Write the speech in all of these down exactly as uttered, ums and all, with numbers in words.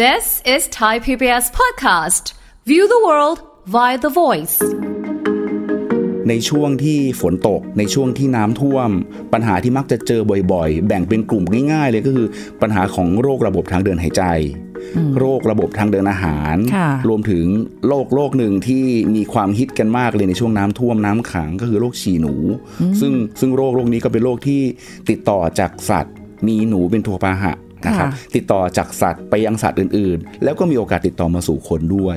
This is Thai พี บี เอส podcast. View the world via the voice. ในช่วงที่ฝนตกในช่วงที่น้ำท่วมปัญหาที่มักจะเจอบ่อยๆแบ่งเป็นกลุ่มง่ายๆเลยก็คือปัญหาของโรคระบบทางเดินหายใจโรคระบบทางเดินอาหารรวมถึงโรคโรคหนึ่งที่มีความฮิตกันมากเลยในช่วงน้ำท่วมน้ำขังก็คือโรคฉี่หนูซึ่งซึ่งโรคโรคนี้ก็เป็นโรคที่ติดต่อจากสัตว์มีหนูเป็นตัวพาหะนะครับติดต่อจากสัตว์ไปยังสัตว์อื่นๆแล้วก็มีโอกาสติดต่อมาสู่คนด้วย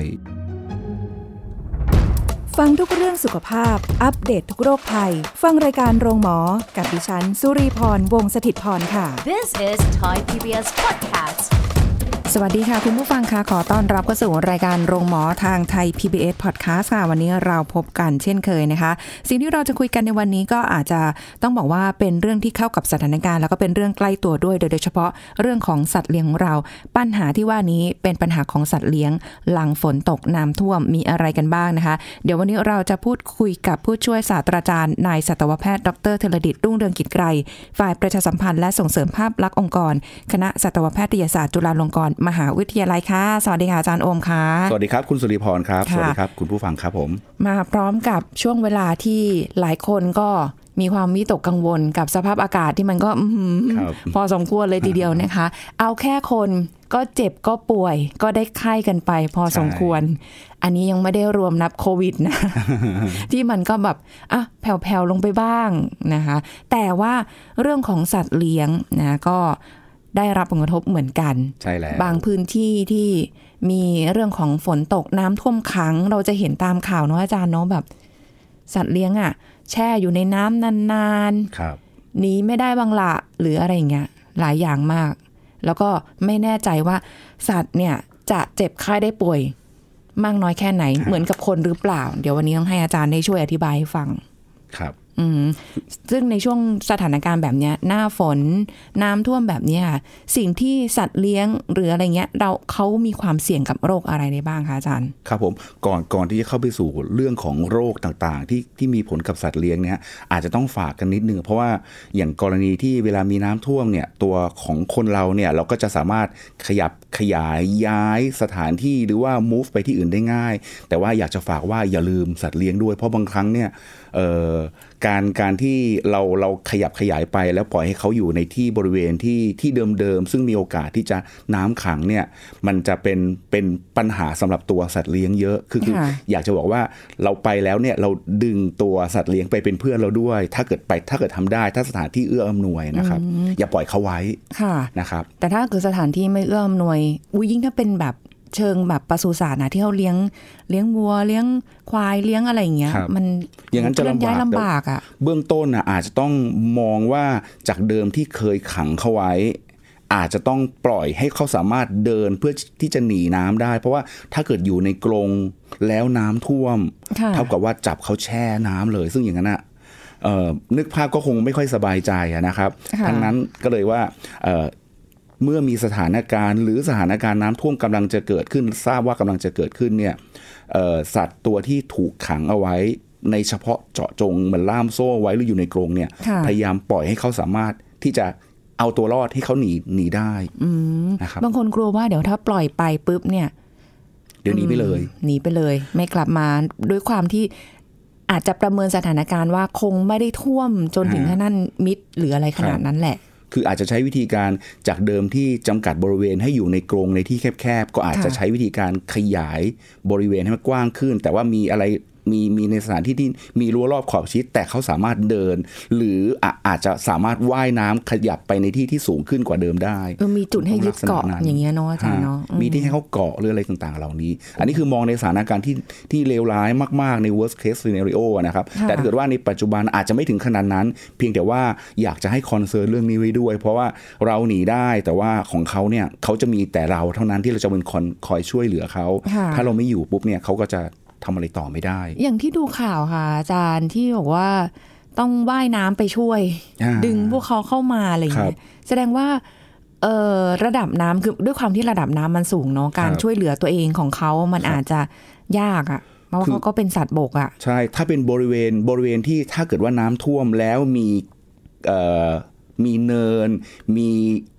ฟังทุกเรื่องสุขภาพอัปเดต ท, ทุกโรคภัยฟังรายการโรงหมอกับดิฉันสุรีพรวงศ์สถิตย์พรค่ะ This is Thai พี บี เอส podcast. สวัสดีค่ะคุณผู้ฟังค่ะขอต้อนรับเข้าสู่รายการโรงหมอทางไทย พี บี เอส Podcast ค่ะวันนี้เราพบกันเช่นเคยนะคะสิ่งที่เราจะคุยกันในวันนี้ก็อาจจะต้องบอกว่าเป็นเรื่องที่เข้ากับสถานการณ์แล้วก็เป็นเรื่องใกล้ตัวด้วยโดยเฉพาะเรื่องของสัตว์เลี้ยงของเราปัญหาที่ว่านี้เป็นปัญหาของสัตว์เลี้ยงหลังฝนตกน้ำท่วมมีอะไรกันบ้างนะคะเดี๋ยววันนี้เราจะพูดคุยกับผู้ช่วยศาสตราจารย์นายสัตวแพทย์ดร.ธีรดิษฐ์รุ่งเรืองกิจไกรฝ่ายประชาสัมพันธ์และส่งเสริมภาพลักษณ์องค์กรคณะสัตวแพทยศาสตร์จุฬาลงกรณ์มหาวิทยาลัยค่ะสวัสดีค่ะอาจารย์โอมค่ะสวัสดีครับคุณสุริพรครับสวัสดีครับคุณผู้ฟังครับผมมาพร้อมกับช่วงเวลาที่หลายคนก็มีความวิตกกังวลกับสภาพอากาศที่มันก็พอสมควรเลยทีเดียวนะคะเอาแค่คนก็เจ็บก็ป่วยก็ได้ไข้กันไปพอสมควรอันนี้ยังไม่ได้รวมนับโควิดนะ ที่มันก็แบบอ่ะแผ่วๆลงไปบ้างนะคะแต่ว่าเรื่องของสัตว์เลี้ยงนะก็ได้รับผลกระทบเหมือนกันใช่แล้วบางพื้นที่ที่มีเรื่องของฝนตกน้ำท่วมขังเราจะเห็นตามข่าวเนาะอาจารย์เนาะแบบสัตว์เลี้ยงอ่ะแช่อยู่ในน้ำนานๆหนีไม่ได้บางละหรืออะไรอย่างเงี้ยหลายอย่างมากแล้วก็ไม่แน่ใจว่าสัตว์เนี่ยจะเจ็บไข้ได้ป่วยมากน้อยแค่ไหนเหมือนกับคนหรือเปล่าเดี๋ยววันนี้ต้องให้อาจารย์ได้ช่วยอธิบายให้ฟังครับอืมซึ่งในช่วงสถานการณ์แบบนี้หน้าฝนน้ำท่วมแบบนี้สิ่งที่สัตว์เลี้ยงหรืออะไรเงี้ยเราเขามีความเสี่ยงกับโรคอะไรได้บ้างคะอาจารย์ครับผมก่อนก่อนที่จะเข้าไปสู่เรื่องของโรคต่างๆที่ที่มีผลกับสัตว์เลี้ยงเนี่ยอาจจะต้องฝากกันนิดนึงเพราะว่าอย่างกรณีที่เวลามีน้ำท่วมเนี่ยตัวของคนเราเนี่ยเราก็จะสามารถขยับขยายย้ายสถานที่หรือว่า move ไปที่อื่นได้ง่ายแต่ว่าอยากจะฝากว่าอย่าลืมสัตว์เลี้ยงด้วยเพราะบางครั้งเนี่ยเอ่อการการที่เราเราขยับขยายไปแล้วปล่อยให้เขาอยู่ในที่บริเวณที่ที่เดิมๆซึ่งมีโอกาสที่จะน้ำขังเนี่ยมันจะเป็นเป็นปัญหาสำหรับตัวสัตว์เลี้ยงเยอะคือคืออยากจะบอกว่าเราไปแล้วเนี่ยเราดึงตัวสัตว์เลี้ยงไปเป็นเพื่อนเราด้วยถ้าเกิดไปถ้าเกิดทำได้ถ้าสถานที่เอื้ออำนวยนะครับอย่าปล่อยเขาไว้นะครับแต่ถ้าเกิดสถานที่ไม่เอื้ออำนวยอุ้ยยิ่งถ้าเป็นแบบเชิงแบบปศุสัตว์นะที่เขาเลี้ยงเลี้ยงวัวเลี้ยงควายเลี้ยงอะไรอย่างเงี้ยมันอย่างนั้นจะลำบากลำบากอ่ะเบื้องต้นนะอาจจะต้องมองว่าจากเดิมที่เคยขังเขาไว้อาจจะต้องปล่อยให้เขาสามารถเดินเพื่อที่จะหนีน้ำได้เพราะว่าถ้าเกิดอยู่ในกรงแล้วน้ำท่วมเท่ากับว่าจับเขาแช่น้ำเลยซึ่งอย่างนั้นอ่ะนึกภาพก็คงไม่ค่อยสบายใจนะครับทั้งนั้นก็เลยว่าเมื่อมีสถานการณ์หรือสถานการณ์น้ำท่วมกำลังจะเกิดขึ้นทราบว่ากำลังจะเกิดขึ้นเนี่ยสัตว์ตัวที่ถูกขังเอาไว้ในเฉพาะเจาะจงเหมือนล่ามโซ่ไว้หรืออยู่ในกรงเนี่ยพยายามปล่อยให้เขาสามารถที่จะเอาตัวรอดให้เขาหนีหนีได้นะครับบางคนกลัวว่าเดี๋ยวถ้าปล่อยไปปุ๊บเนี่ยเดี๋ยวหนีไปเลยหนีไปเลยไม่กลับมาด้วยความที่อาจจะประเมินสถานการณ์ว่าคงไม่ได้ท่วมจนถึงขนาดมิดหรืออะไรขนาดนั้นแหละคืออาจจะใช้วิธีการจากเดิมที่จำกัดบริเวณให้อยู่ในกรงในที่แคบๆก็อาจจะใช้วิธีการขยายบริเวณให้มันกว้างขึ้นแต่ว่ามีอะไรมีมีในสถานที่ที่มีรั้วรอบขอบชิดแต่เขาสามารถเดินหรืออาจจะสามารถว่ายน้ำขยับไปในที่ที่สูงขึ้นกว่าเดิมได้มีจุดให้ยึดเกาะอย่างเงี้ยเนาะอาจารย์เนาะมีที่ให้เขาเกาะหรืออะไรต่างๆเหล่านี้อันนี้คือมองในสถานการณ์ที่ที่เลวร้ายมากๆใน worst case scenario นะครับแต่ถ้าเกิดว่าในปัจจุบันอาจจะไม่ถึงขนาดนั้นเพียงแต่ว่าอยากจะให้คอนเซิร์นเรื่องนี้ไว้ด้วยเพราะว่าเราหนีได้แต่ว่าของเขาเนี่ยเขาจะมีแต่เราเท่านั้นที่เราจะเป็นคนคอยช่วยเหลือเขาถ้าเราไม่อยู่ปุ๊บเนี่ยเขาก็จะทำอะไรต่อไม่ได้อย่างที่ดูข่าวค่ะอาจารย์ที่บอกว่าต้องว่ายน้ำไปช่วยดึงพวกเขาเข้ามาอะไรอย่างเงี้ยแสดงว่าเอ่อระดับน้ำคือด้วยความที่ระดับน้ำมันสูงเนาะการช่วยเหลือตัวเองของเขามันอาจจะยากอ่ะเพราะเขาก็เป็นสัตว์บกอ่ะใช่ถ้าเป็นบริเวณบริเวณที่ถ้าเกิดว่าน้ำท่วมแล้วมีเอ่อมีเนินมี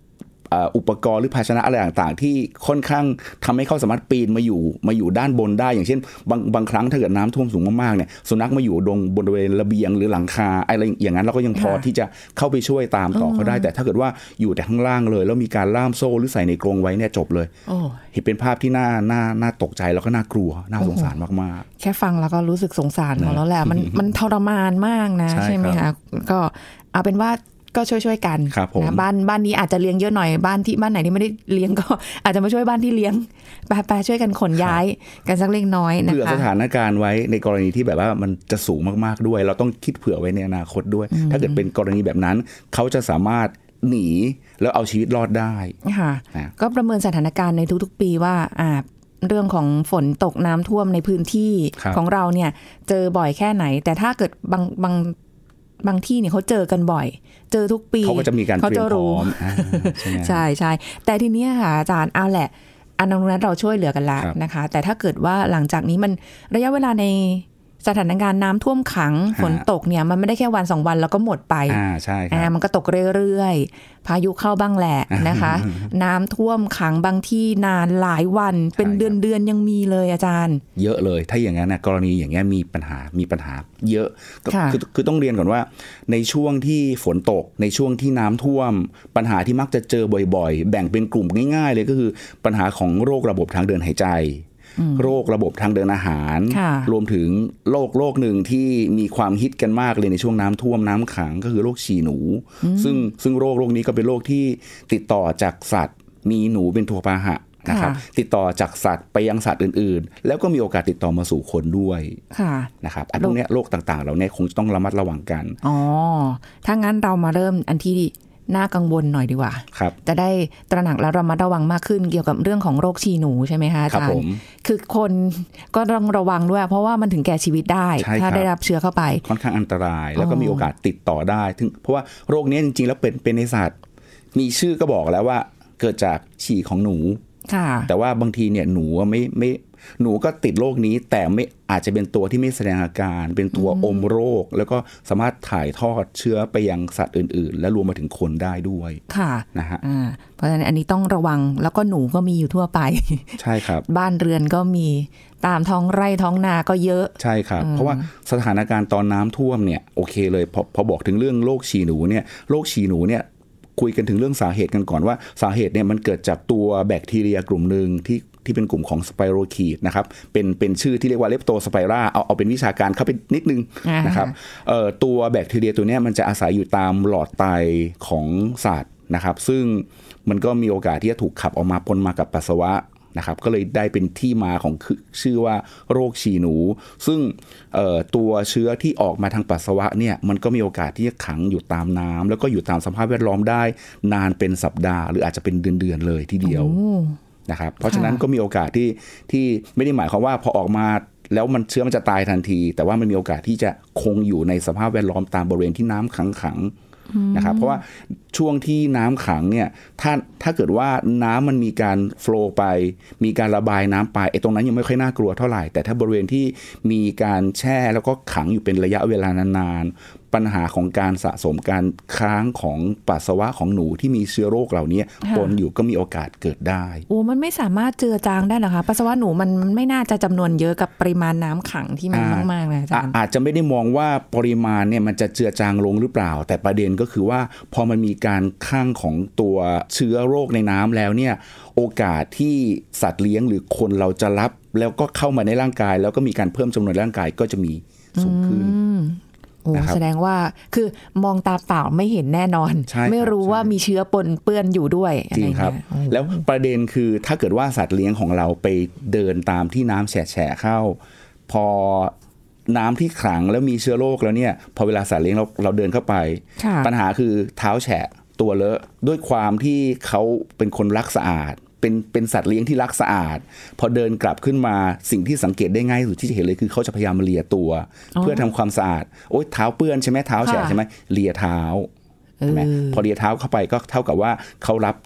อุปกรณ์หรือภาชนะอะไรต่างๆที่ค่อนข้างทำให้เขาสามารถปีนมาอยู่มาอยู่ด้านบนได้อย่างเช่นบางบางครั้งถ้าเกิดน้ำท่วมสูงมากๆเนี่ยสุนัขมาอยู่ตรงบริเวณระเบียงหรือหลังคาอะไรอย่างนั้นเราก็ยังพอที่จะเข้าไปช่วยตามต่อเขาได้แต่ถ้าเกิดว่าอยู่แต่ข้างล่างเลยแล้วมีการล่ามโซ่หรือใส่ในกรงไว้เนี่ยจบเลยเห็นเป็นภาพที่น่าน่าน่าตกใจแล้วก็น่ากลัวน่าสงสารมากๆแค่ฟังแล้วก็รู้สึกสงสารเขาแล้วแหละมันมันทรมานมากนะใช่ไหมคะก็เอาเป็นว่าก็ช่วยๆกันนะบ้านบ้านนี้อาจจะเลี้ยงเยอะหน่อยบ้านที่บ้านไหนที่ไม่ได้เลี้ยงก็อาจจะมาช่วยบ้านที่เลี้ยงไปไปช่วยกันขนย้ายกันสักเล็กน้อยนะคะเผื่อสถานการณ์ไว้ในกรณีที่แบบว่ามันจะสูงมากๆด้วยเราต้องคิดเผื่อไว้ในอนาคตด้วยถ้าเกิดเป็นกรณีแบบนั้นเขาจะสามารถหนีแล้วเอาชีวิตรอดได้ค่ะก็ประเมินสถานการณ์ในทุกๆปีว่าอ่าเรื่องของฝนตกน้ำท่วมในพื้นที่ของเราเนี่ยเจอบ่อยแค่ไหนแต่ถ้าเกิดบางบางบางที่เนี่ยเขาเจอกันบ่อยเจอทุกปีเขาก็จะมีการเตรียมพร้อมใช่ใช่แต่ทีนี้ค่ะอาจารย์เอาแหละอันนั้นเราช่วยเหลือกันละนะคะแต่ถ้าเกิดว่าหลังจากนี้มันระยะเวลาในสถานการณ์น้ำท่วมขังฝนตกเนี่ยมันไม่ได้แค่วันสองวันแล้วก็หมดไปอ่าใช่ครับมันก็ตกเรื่อยๆพายุเข้าบ้างแหละนะคะน้ำท่วมขังบางที่นานหลายวันเป็นเดือนๆยังมีเลยอาจารย์เยอะเลยถ้าอย่างนั้นนะกรณีอย่างเงี้ยมีปัญหามีปัญหาเยอะคือคือต้องเรียนก่อนว่าในช่วงที่ฝนตกในช่วงที่น้ำท่วมปัญหาที่มักจะเจอบ่อยๆแบ่งเป็นกลุ่มง่ายๆเลยก็คือปัญหาของโรคระบบทางเดินหายใจโรคระบบทางเดินอาหารรวมถึงโรคโรคหนึ่งที่มีความฮิตกันมากเลยในช่วงน้ำท่วมน้ำขังก็คือโรคฉี่หนูซึ่งซึ่งโรคโรคนี้ก็เป็นโรคที่ติดต่อจากสัตว์มีหนูเป็นตัวพาหะนะครับติดต่อจากสัตว์ไปยังสัตว์อื่นๆแล้วก็มีโอกาสติดต่อมาสู่คนด้วยนะครับอันพวกนี้โรคต่างๆเราเนี่ยคงต้องระมัดระวังกันอ๋อถ้างั้นเรามาเริ่มอันที่น่ากังวลหน่อยดีกว่าจะได้ตระหนักและระมัดระวังมากขึ้นเกี่ยวกับเรื่องของโรคฉี่หนูใช่ไหมคะอาจารย์คือคนก็ต้องระวังด้วยเพราะว่ามันถึงแก่ชีวิตได้ถ้าได้รับเชื้อเข้าไปค่อนข้างอันตรายแล้วก็มีโอกาสติดต่อได้ถึงเพราะว่าโรคนี้จริงๆแล้วเป็นเป็นในสัตว์มีชื่อก็บอกแล้วว่าเกิดจากฉี่ของหนูแต่ว่าบางทีเนี่ยหนูไม่ไม่หนูก็ติดโรคนี้แต่ไม่อาจจะเป็นตัวที่ไม่แสดงอาการเป็นตัวอมโรคแล้วก็สามารถถ่ายทอดเชื้อไปยังสัตว์อื่นๆและรวมมาถึงคนได้ด้วยค่ะนะฮะเพราะฉะนั้นอันนี้ต้องระวังแล้วก็หนูก็มีอยู่ทั่วไปใช่ครับบ้านเรือนก็มีตามท้องไร่ท้องนาก็เยอะใช่ครับเพราะว่าสถานการณ์ตอนน้ำท่วมเนี่ยโอเคเลยพอพอบอกถึงเรื่องโรคฉี่หนูเนี่ยโรคฉี่หนูเนี่ยคุยกันถึงเรื่องสาเหตุกันก่อนว่าสาเหตุเนี่ยมันเกิดจากตัวแบคทีเรียกลุ่มหนึ่งที่ที่เป็นกลุ่มของสไปโรคีดนะครับเป็นเป็นชื่อที่เรียกว่าเลปโตสไปราเอาเอาเป็นวิชาการเข้าไปนิดนึงนะครับเอ่อตัวแบคทีเรียตัวนี้มันจะอาศัยอยู่ตามหลอดไตของสัตว์นะครับซึ่งมันก็มีโอกาสที่จะถูกขับออกมาปนมากับปัสสาวะนะครับก็เลยได้เป็นที่มาของชื่อว่าโรคฉี่หนูซึ่งตัวเชื้อที่ออกมาทางปัสสาวะเนี่ยมันก็มีโอกาสที่จะขังอยู่ตามน้ำแล้วก็อยู่ตามสภาพแวดล้อมได้นานเป็นสัปดาห์หรืออาจจะเป็นเดือนๆเลยทีเดียวนะครับเพราะฉะนั้นก็มีโอกาสที่ที่ไม่ได้หมายความว่าพอออกมาแล้วมันเชื้อมันจะตายทันทีแต่ว่ามันมีโอกาสที่จะคงอยู่ในสภาพแวดล้อมตามบริเวณที่น้ำขังๆนะครับเพราะว่าช่วงที่น้ำขังเนี่ยถ้าถ้าเกิดว่าน้ำมันมีการโฟลว์ไปมีการระบายน้ำไปไอ้ตรงนั้นยังไม่ค่อยน่ากลัวเท่าไหร่แต่ถ้าบริเวณที่มีการแช่แล้วก็ขังอยู่เป็นระยะเวลานานๆปัญหาของการสะสมการค้างของปัสสาวะของหนูที่มีเชื้อโรคเหล่านี้ปนอยู่ก็มีโอกาสเกิดได้โอ้มันไม่สามารถเจือจางได้หรอคะปัสสาวะหนูมันไม่น่าจะจำนวนเยอะกับปริมาณน้ำขังที่มันมากๆนะอาจารย์อาจจะไม่ได้มองว่าปริมาณเนี่ยมันจะเจือจางลงหรือเปล่าแต่ประเด็นก็คือว่าพอมันมีการข้างของตัวเชื้อโรคในน้ำแล้วเนี่ยโอกาสที่สัตว์เลี้ยงหรือคนเราจะรับแล้วก็เข้ามาในร่างกายแล้วก็มีการเพิ่มจำนวนร่างกายก็จะมีสูงขึ้นโอ้แสดงว่าคือมองตาเปล่าไม่เห็นแน่นอนไม่รู้ว่ามีเชื้อปนเปื้อนอยู่ด้วยจริงครับแล้วประเด็นคือถ้าเกิดว่าสัตว์เลี้ยงของเราไปเดินตามที่น้ำแฉะเข้าพอน้ำที่ขังแล้วมีเชื้อโรคแล้วเนี่ยพอเวลาสัตว์เลี้ยงเราเราเดินเข้าไปปัญหาคือเท้าแฉะตัวเลอะด้วยความที่เขาเป็นคนรักสะอาดเป็นเป็นสัตว์เลี้ยงที่รักสะอาดพอเดินกลับขึ้นมาสิ่งที่สังเกตได้ง่ายสุดที่จะเห็นเลยคือเขาจะพยายามเลียตัวเพื่อทำความสะอาดโอ๊ยเท้าเปื้อนใช่ไหมเท้าแฉะใช่ไหมเลียเท้าใช่ไหมพอเลียเท้าเข้าไปก็เท่ากับว่าเขารับ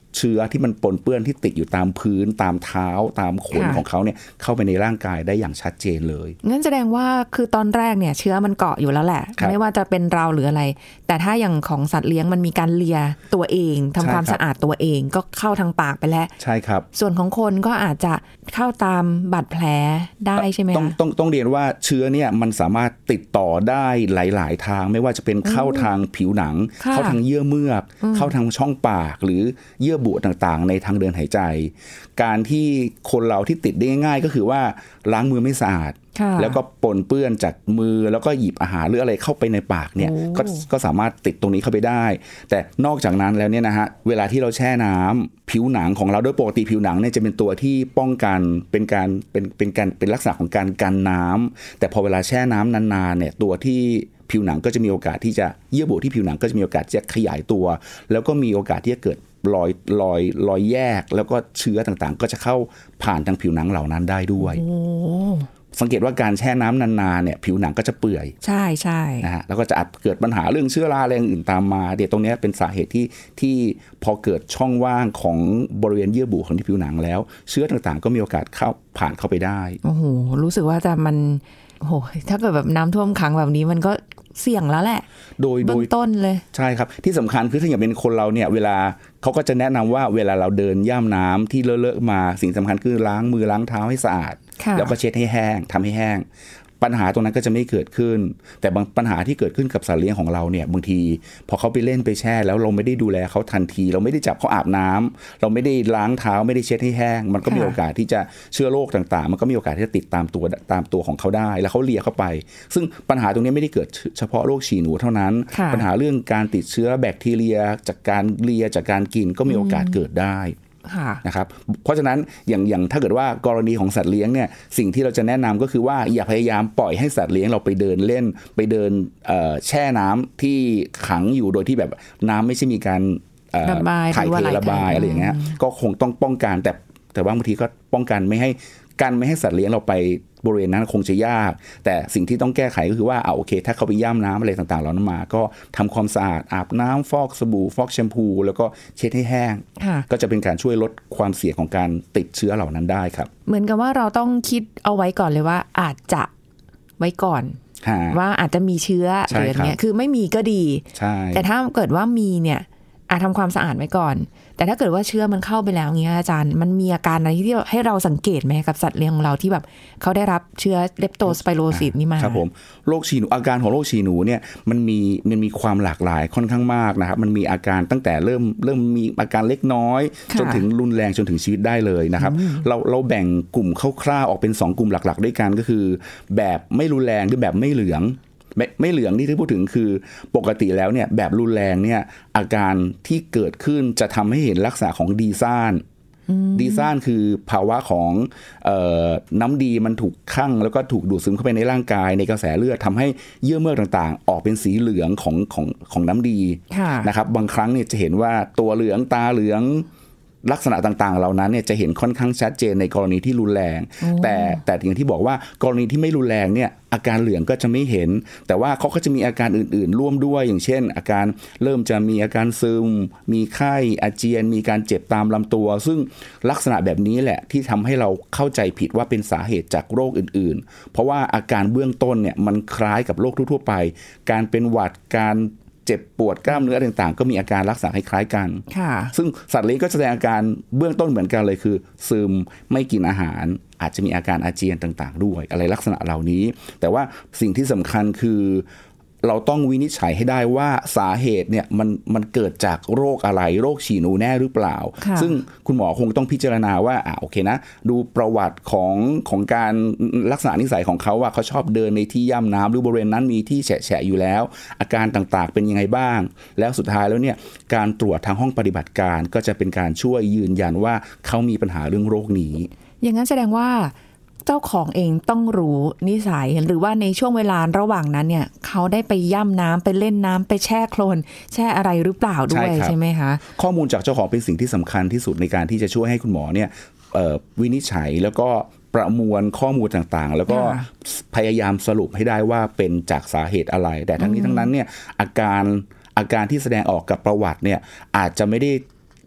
เชื้อที่มันปนเปื้อนที่ติดอยู่ตามพื้นตามเท้าตามขนของเขาเนี่ยเข้าไปในร่างกายได้อย่างชัดเจนเลยงั้นแสดงว่าคือตอนแรกเนี่ยเชื้อมันเกาะอยู่แล้วแหละไม่ว่าจะเป็นเราหรืออะไรแต่ถ้าอย่างของสัตว์เลี้ยงมันมีการเลียตัวเองทำความสะอาดตัวเองก็เข้าทางปากไปแล้วใช่ครับส่วนของคนก็อาจจะเข้าตามบาดแผลได้ใช่ไหมต้องต้องต้องเรียนว่าเชื้อเนี่ยมันสามารถติดต่อได้หลายๆทางไม่ว่าจะเป็นเข้าทางผิวหนังเข้าทางเยื่อเมือกเข้าทางช่องปากหรือเยื่อบุต่างๆในทางเดินหายใจการที่คนเราที่ติดได้ง่ายก็คือว่าล้างมือไม่สะอาดแล้วก็ปนเปื้อนจากมือแล้วก็หยิบอาหารหรืออะไรเข้าไปในปากเนี่ยก็ก็สามารถติดตรงนี้เข้าไปได้แต่นอกจากนั้นแล้วเนี่ยนะฮะเวลาที่เราแช่น้ำผิวหนังของเราโดยปกติผิวหนังเนี่ยจะเป็นตัวที่ป้องกันเป็นการเป็นเป็นการเป็นลักษณะของการกันน้ำแต่พอเวลาแช่น้ำนานๆเนี่ยตัวที่ผิวหนังก็จะมีโอกาสที่จะเยื่อบุที่ผิวหนังก็จะมีโอกาสจะขยายตัวแล้วก็มีโอกาสที่จะเกิดรอยรอยรอยแยกแล้วก็เชื้อต่างๆก็จะเข้าผ่านทางผิวหนังเหล่านั้นได้ด้วยสังเกตว่าการแช่น้ำนานๆเนี่ยผิวหนังก็จะเปื่อยใช่ใช่นะฮะแล้วก็จะอาจเกิดปัญหาเรื่องเชื้อราอะไรอื่นตามมาเดี๋ยวตรงนี้เป็นสาเหตุที่ที่พอเกิดช่องว่างของบริเวณเยื่อบุของที่ผิวหนังแล้วเชื้อต่างๆก็มีโอกาสเข้าผ่านเข้าไปได้โอ้โหรู้สึกว่าจะมันโอ้โหถ้าเกิดแบบน้ำท่วมขังแบบนี้มันก็เสี่ยงแล้วแหละโดยเบื้องต้นเลยใช่ครับที่สำคัญคือถ้าอย่างเป็นคนเราเนี่ยเวลาเขาก็จะแนะนำว่าเวลาเราเดินย่ำน้ำที่เลอะๆมาสิ่งสำคัญคือล้างมือล้างเท้าให้สะอาดแล้วก็เช็ดให้แห้งทำให้แห้งปัญหาตรงนั้นก็จะไม่เกิดขึ้นแต่บางปัญหาที่เกิดขึ้นกับสัตว์เลี้ยงของเราเนี่ยบางทีพอเขาไปเล่นไปแช่แล้วเราไม่ได้ดูแลเขาทันทีเราไม่ได้จับเขาอาบน้ำเราไม่ได้ล้างเท้าไม่ได้เช็ดให้แห้งมันก็มีโอกาสที่จะเชื้อโรคต่างๆมันก็มีโอกาสที่จะติดตามตัวตามตัวของเขาได้แล้วเขาเลียเข้าไปซึ่งปัญหาตรงนี้ไม่ได้เกิดเฉพาะโรคฉี่หนูเท่านั้นปัญหาเรื่องการติดเชื้อแบคทีเรียจากการเลียจากการกินก็มีโอกาสเกิดได้นะครับเพราะฉะนั้นอย่างอย่างถ้าเกิดว่ากรณีของสัตว์เลี้ยงเนี่ยสิ่งที่เราจะแนะนำก็คือว่าอย่าพยายามปล่อยให้สัตว์เลี้ยงเราไปเดินเล่นไปเดินแช่น้ำที่ขังอยู่โดยที่แบบน้ำไม่ใช่มีการถ่ายเทระบายอะไรอย่างเงี้ยก็คงต้องป้องกันแต่แต่ว่าบางทีก็ป้องกันไม่ให้กันไม่ให้สัตว์เลี้ยงเราไปบริเวณนั้นคงจะยากแต่สิ่งที่ต้องแก้ไขก็คือว่าเอาโอเคถ้าเขาไปย่ำน้ำอะไรต่างๆเหล่านั้นมาก็ทำความสะอาดอาบน้ำฟอกสบู่ฟอกแชมพูแล้วก็เช็ดให้แห้งก็จะเป็นการช่วยลดความเสี่ยงของการติดเชื้อเหล่านั้นได้ครับเหมือนกับว่าเราต้องคิดเอาไว้ก่อนเลยว่าอาจจะไว้ก่อนว่าอาจจะมีเชื้ออะไรอย่างเงี้ยคือไม่มีก็ดีแต่ถ้าเกิดว่ามีเนี่ยอาจทำความสะอาดไว้ก่อนแต่ถ้าเกิดว่าเชื้อมันเข้าไปแล้วเงี้ยอาจารย์มันมีอาการอะไรที่ให้เราสังเกตไหมกับสัตว์เลี้ยงของเราที่แบบเขาได้รับเชื้อเลปโตสไปโรซิสนี่มาครับผมโรคฉี่หนูอาการของโรคฉี่หนูเนี่ยมันมีมันมีความหลากหลายค่อนข้างมากนะครับมันมีอาการตั้งแต่เริ่มเริ่มมีอาการเล็กน้อยจนถึงรุนแรงจนถึงชีวิตได้เลยนะครับเราเราแบ่งกลุ่มคร่าวๆออกเป็นสองกลุ่มหลักๆด้วยกันก็คือแบบไม่รุนแรงหรือแบบไม่เหลืองไม่ไม่เหลืองที่ที่พูดถึงคือปกติแล้วเนี่ยแบบรุนแรงเนี่ยอาการที่เกิดขึ้นจะทำให้เห็นลักษณะของดีซ่านดีซ่านคือภาวะของเอ่อน้ำดีมันถูกคั่งแล้วก็ถูกดูดซึมเข้าไปในร่างกายในกระแสเลือดทำให้เยื่อเมือกต่างๆออกเป็นสีเหลืองของของของน้ำดีนะครับบางครั้งเนี่ยจะเห็นว่าตัวเหลืองตาเหลืองลักษณะต่างๆเหล่านั้นเนี่ยจะเห็นค่อนข้างชัดเจนในกรณีที่รุนแรงแต่แต่อย่างที่บอกว่ากรณีที่ไม่รุนแรงเนี่ยอาการเหลืองก็จะไม่เห็นแต่ว่าเขาก็จะมีอาการอื่นๆร่วมด้วยอย่างเช่นอาการเริ่มจะมีอาการซึมมีไข้อาเจียนมีการเจ็บตามลำตัวซึ่งลักษณะแบบนี้แหละที่ทำให้เราเข้าใจผิดว่าเป็นสาเหตุจากโรคอื่นๆเพราะว่าอาการเบื้องต้นเนี่ยมันคล้ายกับโรคทั่วๆไปการเป็นหวัดการเจ็บปวดกล้ามเนื้อต่างๆก็มีอาการลักษณะคล้ายๆกันซึ่งสัตว์เลี้ยงก็แสดงอาการเบื้องต้นเหมือนกันเลยคือซึมไม่กินอาหารอาจจะมีอาการอาเจียนต่างๆด้วยอะไรลักษณะเหล่านี้แต่ว่าสิ่งที่สำคัญคือเราต้องวินิจฉัยให้ได้ว่าสาเหตุเนี่ยมันมันเกิดจากโรคอะไรโรคฉี่หนูแน่หรือเปล่าซึ่งคุณหมอคงต้องพิจารณาว่าอ่าโอเคนะดูประวัติของของการลักษณะนิสัยของเขาว่าเขาชอบเดินในที่ย่ำน้ำหรือบริเวณนั้นมีที่แฉะๆอยู่แล้วอาการต่างๆเป็นยังไงบ้างแล้วสุดท้ายแล้วเนี่ยการตรวจทางห้องปฏิบัติการก็จะเป็นการช่วยยืนยันว่าเขามีปัญหาเรื่องโรคนี้อย่างนั้นแสดงว่าเจ้าของเองต้องรู้นิสัยหรือว่าในช่วงเวลาระหว่างนั้นเนี่ยเขาได้ไปย่ำน้ำไปเล่นน้ำไปแช่โคลนแช่อะไรหรือเปล่าด้วย ใ, ใช่ไหมคะข้อมูลจากเจ้าของเป็นสิ่งที่สำคัญที่สุดในการที่จะช่วยให้คุณหมอเนี่ยวินิจฉัยแล้วก็ประมวลข้อมูลต่างๆแล้วก็พยายามสรุปให้ได้ว่าเป็นจากสาเหตุอะไรแต่ทั้งนี้ทั้งนั้นเนี่ยอาการอาการที่แสดงออกกับประวัติเนี่ยอาจจะไม่ได้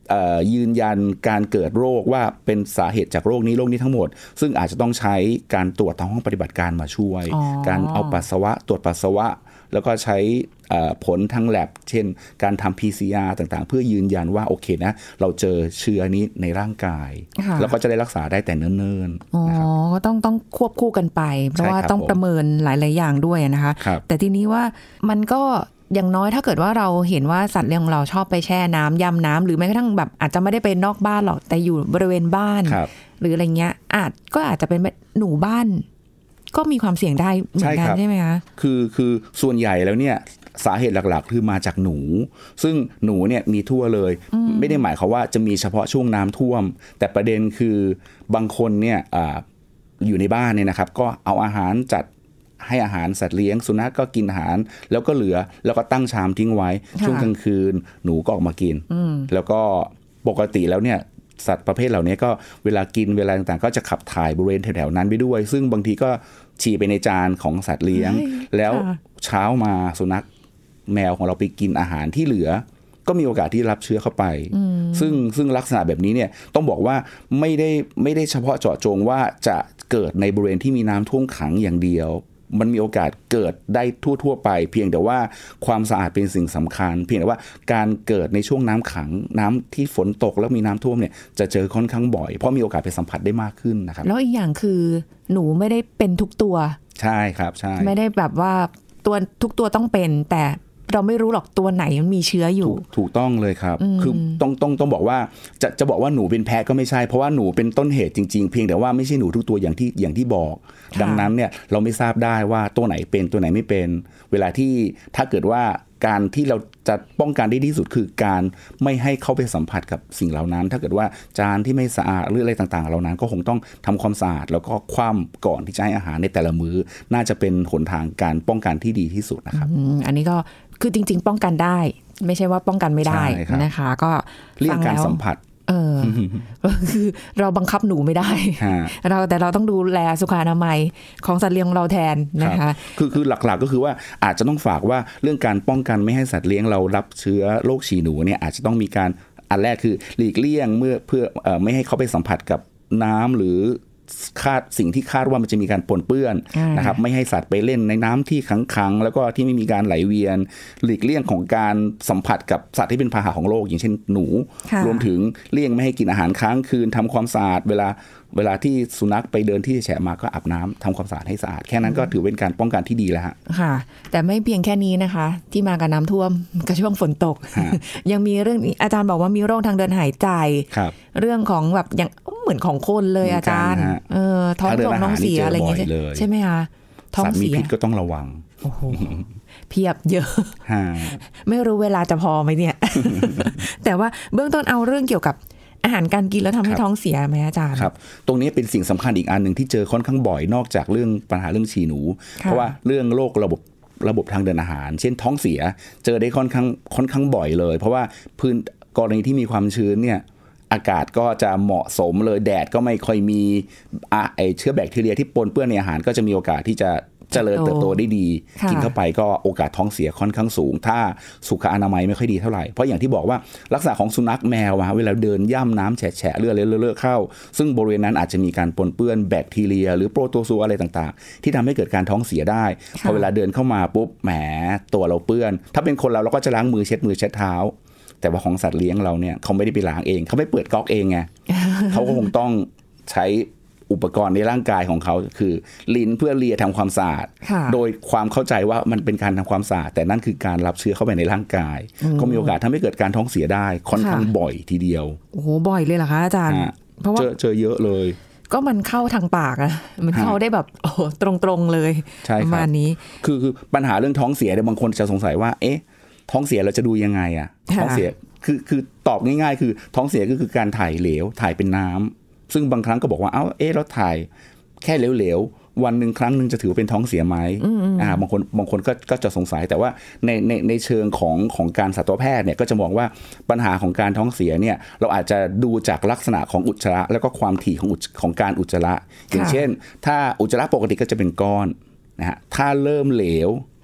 ยืนยันการเกิดโรคว่าเป็นสาเหตุจากโรคนี้โรคนี้ทั้งหมดซึ่งอาจจะต้องใช้การตรวจทางห้องปฏิบัติการมาช่วยการเอาปัสสาวะตรวจปัสสาวะแล้วก็ใช้ผลทางแลบเช่นการทำ พี ซี อาร์ ต่างๆเพื่อยืนยันว่าโอเคนะเราเจอเชื้อนี้ในร่างกายแล้วก็จะได้รักษาได้แต่เนิ่นๆอ๋อก็ต้องต้องควบคู่กันไปเพราะว่าต้องประเมินหลายๆอย่างด้วยนะคะแต่ทีนี้ว่ามันก็อย่างน้อยถ้าเกิดว่าเราเห็นว่าสัตว์เลี้ยงของเราชอบไปแช่น้ำยำน้ำหรือแม้กระทั่งแบบอาจจะไม่ได้ไปนอกบ้านหรอกแต่อยู่บริเวณบ้านหรืออะไรเงี้ยอาจก็อาจจะเป็นหนูบ้านก็มีความเสี่ยงได้เหมือนกันใช่ไหมคะคือคือส่วนใหญ่แล้วเนี่ยสาเหตุหลักๆคือมาจากหนูซึ่งหนูเนี่ยมีทั่วเลยไม่ได้หมายความว่าจะมีเฉพาะช่วงน้ำท่วมแต่ประเด็นคือบางคนเนี่ย อ, อยู่ในบ้านเนี่ยนะครับก็เอาอาหารจัดให้อาหารสัตว์เลี้ยงสุนัข ก, ก็กินอาหารแล้วก็เหลือแล้วก็ตั้งชามทิ้งไว้ช่วงกลางคืนหนูก็ออกมากินแล้วก็ปกติแล้วเนี่ยสัตว์ประเภทเหล่านี้ก็เวลากินเวลาต่างๆก็จะขับถ่ายบริเวณแถวๆนั้นไปด้วยซึ่งบางทีก็ฉี่ไปในจานของสัตว์เลี้ยงแล้วเช้ามาสุนัขแมวของเราไปกินอาหารที่เหลือก็มีโอกาสที่รับเชื้อเข้าไปซึ่งซึ่งลักษณะแบบนี้เนี่ยต้องบอกว่าไม่ได้ไม่ได้เฉพาะเจาะจงว่าจะเกิดในบริเวณที่มีน้ำท่วมขังอย่างเดียวมันมีโอกาสเกิดได้ทั่วๆไปเพียงแต่ว่าความสะอาดเป็นสิ่งสำคัญเพียงแต่ว่าการเกิดในช่วงน้ำขังน้ำที่ฝนตกแล้วมีน้ำท่วมเนี่ยจะเจอค่อนข้างบ่อยเพราะมีโอกาสไปสัมผัสได้มากขึ้นนะครับแล้วอีกอย่างคือหนูไม่ได้เป็นทุกตัวใช่ครับใช่ไม่ได้แบบว่าตัวทุกตัวต้องเป็นแต่เราไม่รู้หรอกตัวไหนมันมีเชื้ออยู่ถ, ถูกต้องเลยครับคือต้องต้องต้องบอกว่าจะจะบอกว่าหนูเป็นแพ้ก็ไม่ใช่เพราะว่าหนูเป็นต้นเหตุจริงๆเพียงแต่ว่าไม่ใช่หนูทุกตัวอย่างที่อย่างที่บอกดังนั้นเนี่ยเราไม่ทราบได้ว่าตัวไหนเป็นตัวไหนไม่เป็นเวลาที่ถ้าเกิดว่าการที่เราจะป้องกันได้ดีที่สุดคือการไม่ให้เข้าไปสัมผัสกับสิ่งเหล่านั้นถ้าเกิดว่าจานที่ไม่สะอาดหรืออะไรต่างๆเหล่านั้นก็คงต้องทำความสะอาดแล้วก็คว่ำก่อนที่จะให้อาหารในแต่ละมื้อน่าจะเป็นหนทางการป้องกันที่ดีที่สุดนะครับอ, อันนี้ก็คือจริงๆป้องกันได้ไม่ใช่ว่าป้องกันไม่ได้นะคะก็เรื่องการสัมผัสเออคือเราบังคับหนูไม่ได้เราแต่เราต้องดูแลสุขอนามัยของสัตว์เลี้ยงเราแทนนะคะคือคือหลักๆก็คือว่าอาจจะต้องฝากว่าเรื่องการป้องกันไม่ให้สัตว์เลี้ยงเรารับเชื้อโรคฉี่หนูเนี่ยอาจจะต้องมีการอันแรกคือหลีกเลี่ยงเมื่อเพื่อเอ่อไม่ให้เขาไปสัมผัสกับน้ำหรือคาดสิ่งที่คาดว่ามันจะมีการปนเปื้อนนะครับไม่ให้สัตว์ไปเล่นในน้ำที่ขังๆแล้วก็ที่ไม่มีการไหลเวียนหลีกเลี่ยงของการสัมผัสกับสัตว์ที่เป็นพาหะของโรคอย่างเช่นหนูรวมถึงเลี่ยงไม่ให้กินอาหารค้างคืนทำความสะอาดเวลาเวลาที่สุนัขไปเดินที่แฉะมาก็อาบน้ำทำความสะอาดให้สะอาดแค่นั้นก็ถือเป็นการป้องกันที่ดีแล้วฮะค่ะแต่ไม่เพียงแค่นี้นะคะที่มากับน้ำท่วมกับช่วงฝนตกยังมีเรื่องอาจารย์บอกว่ามีโรคทางเดินหายใจเรื่องของแบบอย่างเหมือนของคนเลยอาจารย์เออท้องร่วงท้องเสียอะไรอย่างเงี้ยใช่ไหมคะท้องเสียสัตว์มีพิษก็ต้องระวังโอ้โหเพียบเยอะไม่รู้เวลาจะพอไหมเนี่ยแต่ว่าเบื้องต้นเอาเรื่องเกี่ยวกับอาหารการกินแล้วทำให้ท้องเสียไหมอาจารย์ครับตรงนี้เป็นสิ่งสำคัญอีกอันหนึ่งที่เจอค่อนข้างบ่อยนอกจากเรื่องปัญหาเรื่องฉี่หนูเพราะว่าเรื่องโรคระบบระบบทางเดินอาหารเช่นท้องเสียเจอได้ค่อนข้างค่อนข้างบ่อยเลยเพราะว่าพื้นกรณีที่มีความชื้นเนี่ยอากาศก็จะเหมาะสมเลยแดดก็ไม่ค่อยมีไอเชื้อแบคทีเรียที่ปนเปื้อนในอาหารก็จะมีโอกาสที่จะเจริญเติบโตได้ดีกินเข้าไปก็โอกาสท้องเสียค่อนข้างสูงถ้าสุขอนามัยไม่ค่อยดีเท่าไหร่เพราะอย่างที่บอกว่าลักษณะของสุนัขแมวเวลาเดินย่ำน้ำแฉะเลือดเลอะเข้าซึ่งบริเวณนั้นอาจจะมีการปนเปื้อนแบคทีเรียหรือโปรโตซัวอะไรต่างๆที่ทำให้เกิดการท้องเสียได้พอเวลาเดินเข้ามาปุ๊บแหมตัวเราเปื้อนถ้าเป็นคนเราเราก็จะล้างมือเช็ดมือเช็ดเท้าแต่ว่าของสัตว์เลี้ยงเราเนี่ยเขาไม่ได้ไปล้างเองเขาไม่เปิดก๊อกเองไง เขาก็คงต้องใช้อุปกรณ์ในร่างกายของเขาคือลิ้นเพื่อเลียทำความสะอาดโดยความเข้าใจว่ามันเป็นการทำความสะอาดแต่นั่นคือการรับเชื้อเข้าไปในร่างกายก็มีโอกาสทำให้เกิดการท้องเสียได้ค่อนข้างบ่อยทีเดียวโอ้โหบ่อยเลยเหรอคะอาจารย์เพราะว่าเจอเจอเยอะเลยก็มันเข้าทางปากอะมันเข้าได้แบบโอ้ตรงๆเลยประมาณนี้คือคือปัญหาเรื่องท้องเสียเนี่ยบางคนจะสงสัยว่าเอ๊ะท้องเสียเราจะดูยังไงอะท้องเสียคือคือตอบง่ายๆคือท้องเสียก็คือการถ่ายเหลวถ่ายเป็นน้ำซึ่งบางครั้งก็บอกว่าเอ้าเอ๊ะเราถ่ายแค่เหลวๆวันหนึ่งครั้งหนึ่งจะถือเป็นท้องเสียไหมอ่าบางคนบางคนก็ก็จะสงสัยแต่ว่าในในในเชิงของของการสัตวแพทย์เนี่ยก็จะมองว่าปัญหาของการท้องเสียเนี่ยเราอาจจะดูจากลักษณะของอุจจาระแล้วก็ความถี่ของของการอุจจาระอย่างเช่นถ้าอุจจาระปกติก็จะเป็นก้อนนะฮะถ้าเริ่มเหลว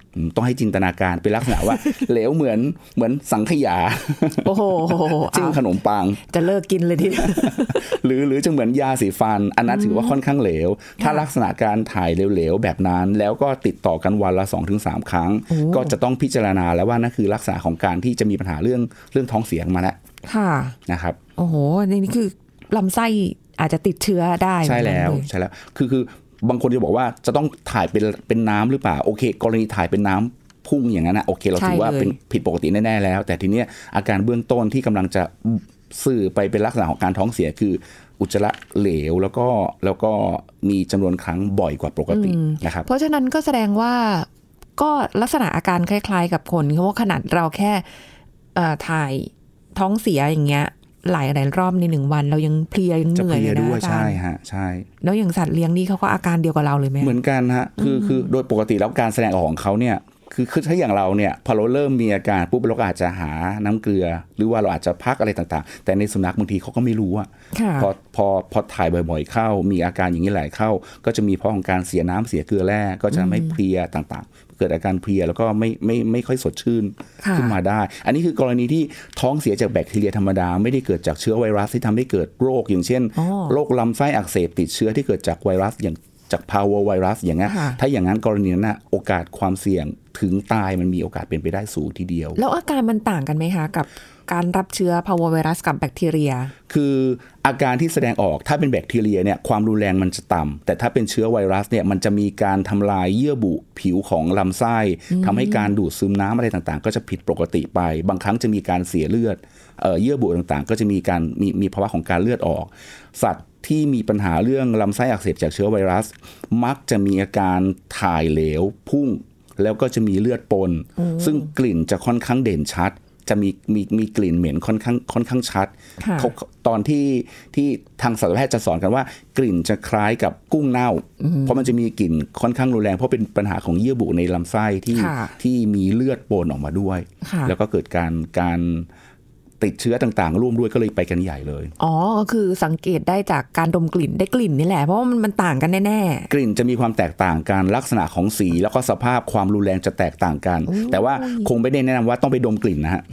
ต้องให้จินตนาการเป็นลักษณะว่า เหลวเหมือนเหมือนสังขยาโอ้โหจิ้มขนมปังจะเลิกกินเลยทีหรือหรือจะเหมือนยาสีฟันอันนั้นถือว่าค่อนข้างเหลวถ้าลักษณะการถ่ายเหลวๆแบบนั้นแล้วก็ติดต่อกันวันละ สองถึงสาม ครั้งก็จะต้องพิจารณาแล้วว่านั่นคือลักษณะของการที่จะมีปัญหาเรื่องเรื่องท้องเสียมาแล้วค่ะนะครับโอ้โหนี่คือลำไส้อาจจะติดเชื้อได้ใช่แล้วใช่แล้วคือคือบางคนจะบอกว่าจะต้องถ่ายเป็นเป็นน้ำหรือเปล่าโอเคกรณีถ่ายเป็นน้ำพุ่งอย่างนั้นนะโอเคเราถือว่าเป็นผิดปกติแน่ๆแล้วแต่ทีเนี้ยอาการเบื้องต้นที่กำลังจะสื่อไปเป็นลักษณะของการท้องเสียคืออุจจาระเหลวแล้วก็แล้วก็มีจำนวนครั้งบ่อยกว่าปกตินะครับเพราะฉะนั้นก็แสดงว่าก็ลักษณะอาการคล้ายๆกับคนเพราะว่าขนาดเราแค่ถ่ายท้องเสียอย่างเงี้ยหลายหลายรอบในหนึ่งวันเรายังเพลียยังเหนื่อยเลยนะใช่ฮะใช่แล้วอย่างสัตว์เลี้ยงนี่เขาก็อาการเดียวกับเราเลยไหมเหมือนกันฮะคือคือโดยปกติแล้วการแสดงออกของเขาเนี่ยคือคือถ้าอย่างเราเนี่ยพอเราเริ่มมีอาการปุ๊บเราก็อาจจะหาน้ำเกลือหรือว่าเราอาจจะพักอะไรต่างๆแต่ในสุนัขบางทีเขาก็ไม่รู้อะพอพอพอถ่ายบ่อยๆเข้ามีอาการอย่างนี้หลายเข้าก็จะมีเพราะของการเสียน้ำเสียเกลือแร่ก็จะไม่เพลียต่างๆเกิดอาการเพลียแล้วก็ไม่ไม่ไม่ค่อยสดชื่นขึ้นมาได้อันนี้คือกรณีที่ท้องเสียจากแบคทีเรียธรรมดาไม่ได้เกิดจากเชื้อไวรัสที่ทำให้เกิดโรคอย่างเช่นโรคลำไส้อักเสบติดเชื้อที่เกิดจากไวรัสอย่างจากพาวเวอร์ไวรัสอย่างนั้นถ้าอย่างนั้นกรณีนั้นนะโอกาสความเสี่ยงถึงตายมันมีโอกาสเป็นไปได้สูงทีเดียวแล้วอาการมันต่างกันไหมคะกับการรับเชื้อพาวเวอร์ไวรัสกับแบคทีเรียคืออาการที่แสดงออกถ้าเป็นแบคทีเรียเนี่ยความรุนแรงมันจะต่ำแต่ถ้าเป็นเชื้อไวรัสเนี่ยมันจะมีการทำลายเยื่อบุผิวของลำไส้ทำให้การดูดซึมน้ำอะไรต่างๆก็จะผิดปกติไปบางครั้งจะมีการเสียเลือดเอ่อเยื่อบุต่างๆก็จะมีการมีมีภาวะของการเลือดออกสัตว์ที่มีปัญหาเรื่องลำไส้อักเสบจากเชื้อไวรัสมักจะมีอาการถ่ายเหลวพุ่งแล้วก็จะมีเลือดปนซึ่งกลิ่นจะค่อนข้างเด่นชัดจะมีมีมีกลิ่นเหม็นค่อนข้างค่อนข้างชัดเขาตอนที่ที่ทางสัตวแพทย์จะสอนกันว่ากลิ่นจะคล้ายกับกุ้งเน่าเพราะมันจะมีกลิ่นค่อนข้างรุนแรงเพราะเป็นปัญหาของเยื่อบุในลำไส้ที่ที่มีเลือดปนออกมาด้วยแล้วก็เกิดการการติดเชื้อต่างๆร่วมด้วยก็เลยไปกันใหญ่เลยอ๋อก็คือสังเกตได้จากการดมกลิ่นได้กลิ่นนี่แหละเพราะว่ามันมันต่างกันแน่ๆกลิ่นจะมีความแตกต่างกันลักษณะของสีแล้วก็สภาพความรุนแรงจะแตกต่างกันแต่ว่าคงไม่ได้แนะนำว่าต้องไปดมกลิ่นนะฮะ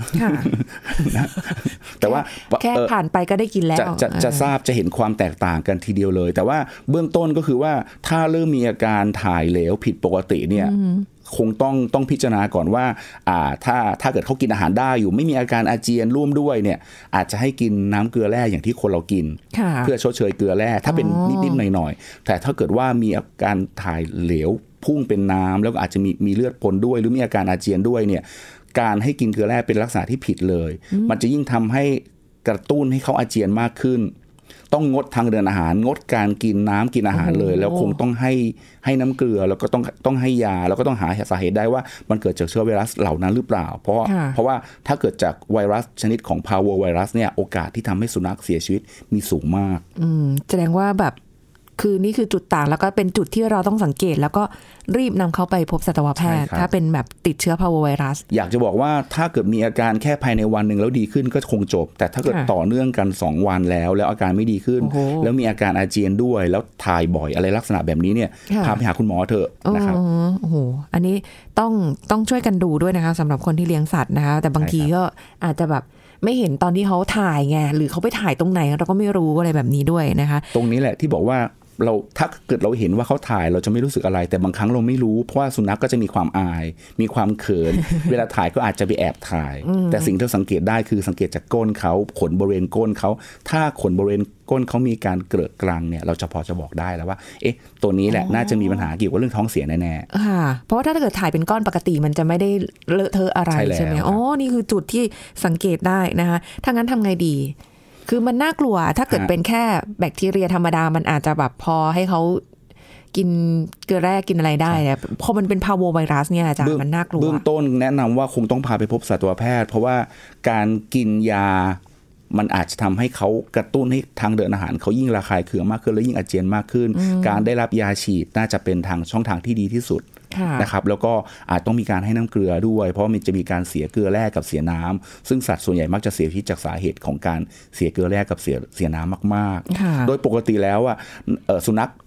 แต่ว่าแค่ผ่านไปก็ได้กินแล้วจะจะจะทราบจะเห็นความแตกต่างกันทีเดียวเลยแต่ว่าเบื้องต้นก็คือว่าถ้าเริ่มมีอาการถ่ายเหลวผิดปกติเนี่ยคงต้องต้องพิจารณาก่อนว่าอ่าถ้าถ้าเกิดเขากินอาหารได้อยู่ไม่มีอาการอาเจียนร่วมด้วยเนี่ยอาจจะให้กินน้ำเกลือแร่อย่างที่คนเรากินเพื่อชดเชยเกลือแร่ถ้าเป็นนิดๆหน่อยๆแต่ถ้าเกิดว่ามีอาการถ่ายเหลวพุ่งเป็นน้ำแล้วก็อาจจะมีมีเลือดปนด้วยหรือมีอาการอาเจียนด้วยเนี่ยการให้กินเกลือแร่เป็นลักษณะที่ผิดเลยมันจะยิ่งทำให้กระตุ้นให้เขาอาเจียนมากขึ้นต้องงดทางเดินอาหารงดการกินน้ำกินอาหารเลยแล้วคงต้องให้ให้น้ำเกลือแล้วก็ต้องต้องให้ยาแล้วก็ต้องหาสาเหตุได้ว่ามันเกิดจากเชื้อไวรัสเหล่านั้นหรือเปล่าเพราะเพราะว่าถ้าเกิดจากไวรัสชนิดของพาวเวอร์ไวรัสเนี่ยโอกาสที่ทำให้สุนัขเสียชีวิตมีสูงมากอืมแสดงว่าแบบคือนี่คือจุดต่างแล้วก็เป็นจุดที่เราต้องสังเกตแล้วก็รีบนำเขาไปพบสัตวแพทย์ถ้าเป็นแบบติดเชื้อพาวเวอร์ไวรัสอยากจะบอกว่าถ้าเกิดมีอาการแค่ภายในวันหนึ่งแล้วดีขึ้นก็คงจบแต่ถ้าเกิดต่อเนื่องกันสองวันแล้วแล้วอาการไม่ดีขึ้นแล้วมีอาการอาเจียนด้วยแล้วถ่ายบ่อยอะไรลักษณะแบบนี้เนี่ยพาไปหาคุณหมอเถอะนะครับโอ้โหอันนี้ต้องต้องช่วยกันดูด้วยนะคะสำหรับคนที่เลี้ยงสัตว์นะคะแต่บางทีก็อาจจะแบบไม่เห็นตอนที่เขาถ่ายไงหรือเขาไปถ่ายตรงไหนเราก็ไม่รู้อะไรแบบนี้ด้วยนะคะตรงนี้แหละที่บอกว่าเราถ้าเกิดเราเห็นว่าเขาถ่ายเราจะไม่รู้สึกอะไรแต่บางครั้งเราไม่รู้เพราะว่าสุนัขก็จะมีความอายมีความเขิน เวลาถ่ายก็อาจจะไปแอบถ่ายแต่สิ่งที่เราสังเกตได้คือสังเกตจากก้นเขาขนบริเวณก้นเขาถ้าขนบริเวณก้นเขามีการเกลอะกรังเนี่ยเราจะพอจะบอกได้แล้วว่าเอ๊ะตัวนี้แหละน่าจะมีปัญหาเกี่ยวกับเรื่องท้องเสียแน่ๆค่ะเพราะว่าถ้าเกิดถ่ายเป็นก้อนปกติมันจะไม่ได้เลอะเทอะอะไรใช่ไหมอ๋อนี่คือจุดที่สังเกตได้นะคะถ้างั้นทำไงดีคือมันน่ากลัวถ้าเกิดเป็นแค่แบคทีเรียธรรมดามันอาจจะแบบพอให้เขากินเกลือแร่กินอะไรได้เนี่ยพอมันเป็นพาวเวอร์ไวรัสเนี่ยอาจารย์มันน่ากลัวเบื้องต้นแนะนำว่าคงต้องพาไปพบสัตวแพทย์เพราะว่าการกินยามันอาจจะทำให้เขากระตุ้นให้ทางเดินอาหารเขายิ่งระคายเคืองมากขึ้นและยิ่งอาเจียนมากขึ้นการได้รับยาฉีดน่าจะเป็นทางช่องทางที่ดีที่สุดนะครับแล้วก็อาจต้องมีการให้น้ำเกลือด้วยเพราะมันจะมีการเสียเกลือแร่กับเสียน้ำซึ่งสัตว์ส่วนใหญ่มักจะเสียชีวิตจากสาเหตุของการเสียเกลือแร่กับเสียเสียน้ำมากๆโดยปกติแล้วอ่ะสุนัข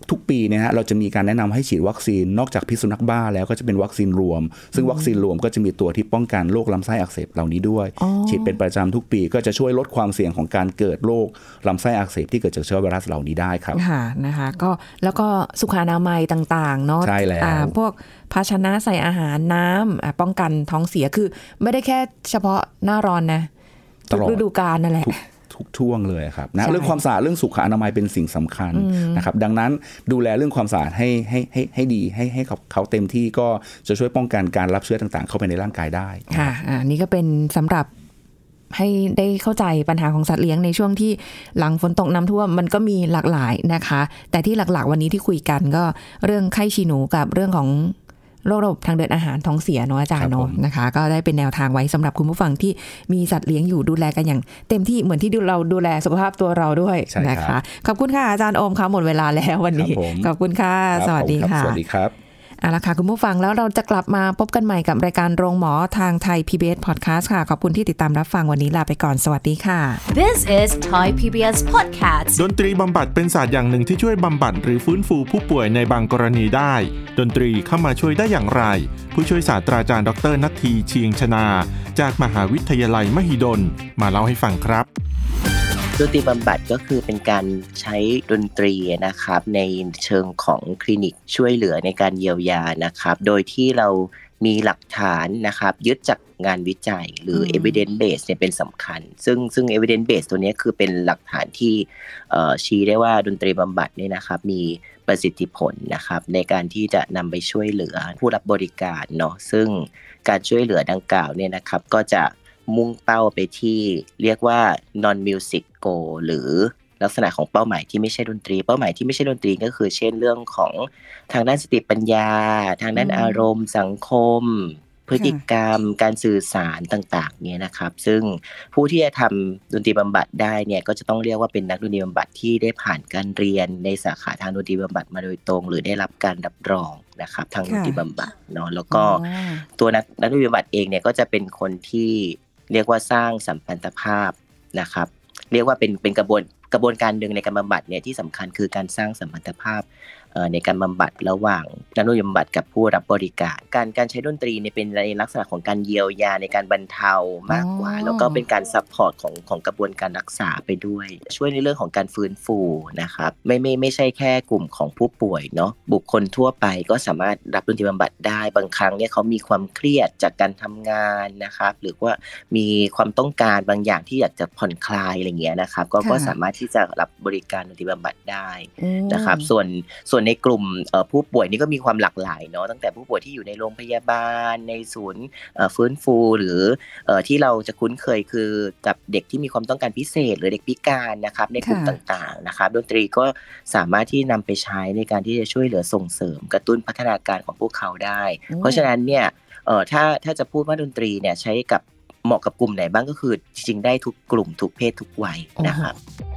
ทุกปีเนี่ยฮะเราจะมีการแนะนำให้ฉีดวัคซีนนอกจากพิษสุนัขบ้าแล้วก็จะเป็นวัคซีนรวมซึ่งวัคซีนรวมก็จะมีตัวที่ป้องกันโรคลำไส้อักเสบเหล่านี้ด้วยฉีดเป็นประจำทุกปีก็จะช่วยลดความเสี่ยงของการเกิดโรคลำไส้อักเสบที่เกิดจากเชื้อไวรัสเหล่านี้ได้ครับค่ะนะคะก็แล้วก็สุขอนามัยต่างๆเนาะใช่แล้วพวกภาชนะใส่อาหารน้ำป้องกันท้องเสียคือไม่ได้แค่เฉพาะหน้าร้อนนะทุกฤดูกาลนั่นแหละทุกช่วงเลยครับนะเรื่องความสะอาดเรื่องสุขอนามัยเป็นสิ่งสำคัญนะครับดังนั้นดูแลเรื่องความสะอาดให้ให้ให้ให้ดีให้ให้เขาเต็มที่ก็จะช่วยป้องกันการรับเชื้อต่างๆเข้าไปในร่างกายได้ค่ะอ่านี่ก็เป็นสำหรับให้ได้เข้าใจปัญหาของสัตว์เลี้ยงในช่วงที่หลังฝนตกน้ำท่วมมันก็มีหลากหลายนะคะแต่ที่หลักๆวันนี้ที่คุยกันก็เรื่องไข้ฉี่หนูกับเรื่องของโรคระบบทางเดินอาหารท้องเสียเนาะอาจารย์เนาะนะคะก็ได้เป็นแนวทางไว้สำหรับคุณผู้ฟังที่มีสัตว์เลี้ยงอยู่ดูแลกันอย่างเต็มที่เหมือนที่เราดูแลสุขภาพตัวเราด้วยนะคะขอบคุณค่ะอาจารย์โอมค่ะหมดเวลาแล้ววันนี้ขอบคุณค่ะสวัสดีค่ะสวัสดีครับเอาละค่ะคุณผู้ฟังแล้วเราจะกลับมาพบกันใหม่กับรายการโรงหมอทางไทย พี บี เอส Podcast ค่ะขอบคุณที่ติดตามรับฟังวันนี้ลาไปก่อนสวัสดีค่ะ This is Thai พี บี เอส Podcast ดนตรีบำบัดเป็นศาสตร์อย่างหนึ่งที่ช่วยบำบัดหรือฟื้นฟูผู้ป่วยในบางกรณีได้ดนตรีเข้ามาช่วยได้อย่างไรผู้ช่วยศาสตราจารย์ดร.ณัฐี เชียงชนาจากมหาวิทยาลัยมหิดลมาเล่าให้ฟังครับดนตรีบำบัดก็คือเป็นการใช้ดนตรีนะครับในเชิงของคลินิกช่วยเหลือในการเยียวยานะครับโดยที่เรามีหลักฐานนะครับยึดจากงานวิจัยหรือ evidence base เนี่ยเป็นสำคัญซึ่งซึ่ง evidence base ตัวนี้คือเป็นหลักฐานที่ชี้ได้ว่าดนตรีบำบัดเนี่ยนะครับมีประสิทธิผลนะครับในการที่จะนำไปช่วยเหลือผู้รับบริการเนาะซึ่งการช่วยเหลือดังกล่าวเนี่ยนะครับก็จะมุ่งเป้าไปที่เรียกว่า non music goal หรือลักษณะของเป้าหมายที่ไม่ใช่ดนตรีเป้าหมายที่ไม่ใช่ดนตรีก็คือเช่นเรื่องของทางด้านสติปัญญาทางด้านอารมณ์สังคมพฤติกรรมการสื่อสารต่างๆเนี่ยนะครับซึ่งผู้ที่จะทำดนตรีบำบัดได้เนี่ยก็จะต้องเรียกว่าเป็นนักดนตรีบำบัดที่ได้ผ่านการเรียนในสาขาทางดนตรีบำบัดมาโดยตรงหรือได้รับการรับรองนะครับทางดนตรีบำบัดเนาะแล้วก็ตัวนักนักดนตรีบำบัดเองเนี่ยก็จะเป็นคนที่เรียกว่าสร้างสัมพันธภาพนะครับเรียกว่าเป็นเป็นกระบวนกระบวนการหนึ่งในการบำบัดเนี่ยที่สำคัญคือการสร้างสัมพันธภาพในการบำบัดระหว่างนักดนตรีบำบัดกับผู้รับบริการการการใช้ดนตรีเนี่ยเป็นในลักษณะของการเยียวยาในการบรรเทามากกว่าแล้วก็เป็นการซัพพอร์ตของของกระบวนการรักษาไปด้วยช่วยในเรื่องของการฟื้นฟูนะครับไม่ไม่ไม่ใช่แค่กลุ่มของผู้ป่วยเนาะบุคคลทั่วไปก็สามารถรับดนตรีบำบัดได้บางครั้งเนี่ยเขามีความเครียดจากการทำงานนะครับหรือว่ามีความต้องการบางอย่างที่อยากจะผ่อนคลายอะไรเงี้ยนะครับก็ก็สามารถที่จะรับบริการดนตรีบำบัดได้นะครับส่วนส่วนในกลุ่มผู้ป่วยนี่ก็มีความหลากหลายเนาะตั้งแต่ผู้ป่วยที่อยู่ในโรงพยาบาลในศูนย์ฟื้นฟูหรือที่เราจะคุ้นเคยคือกับเด็กที่มีความต้องการพิเศษหรือเด็กพิการนะครับในกลุ่มต่างๆนะครับดนตรีก็สามารถที่นำไปใช้ในการที่จะช่วยเหลือส่งเสริมกระตุ้นพัฒนาการของพวกเขาได้เพราะฉะนั้นเนี่ยถ้าถ้าจะพูดว่าดนตรีเนี่ยใช้กับเหมาะกับกลุ่มไหนบ้างก็คือจริงๆได้ทุกกลุ่มทุกเพศทุกวัยนะครับ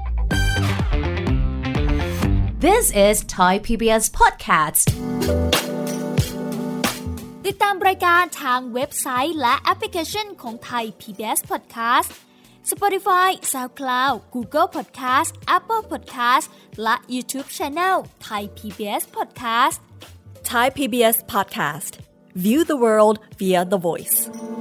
This is Thai พี บี เอส Podcast ติดตามรายการทางเว็บไซต์และแอปพลิเคชันของ Thai พี บี เอส Podcast Spotify, SoundCloud, Google Podcast, Apple Podcast และ YouTube Channel Thai พี บี เอส Podcast Thai พี บี เอส Podcast View the world via the voice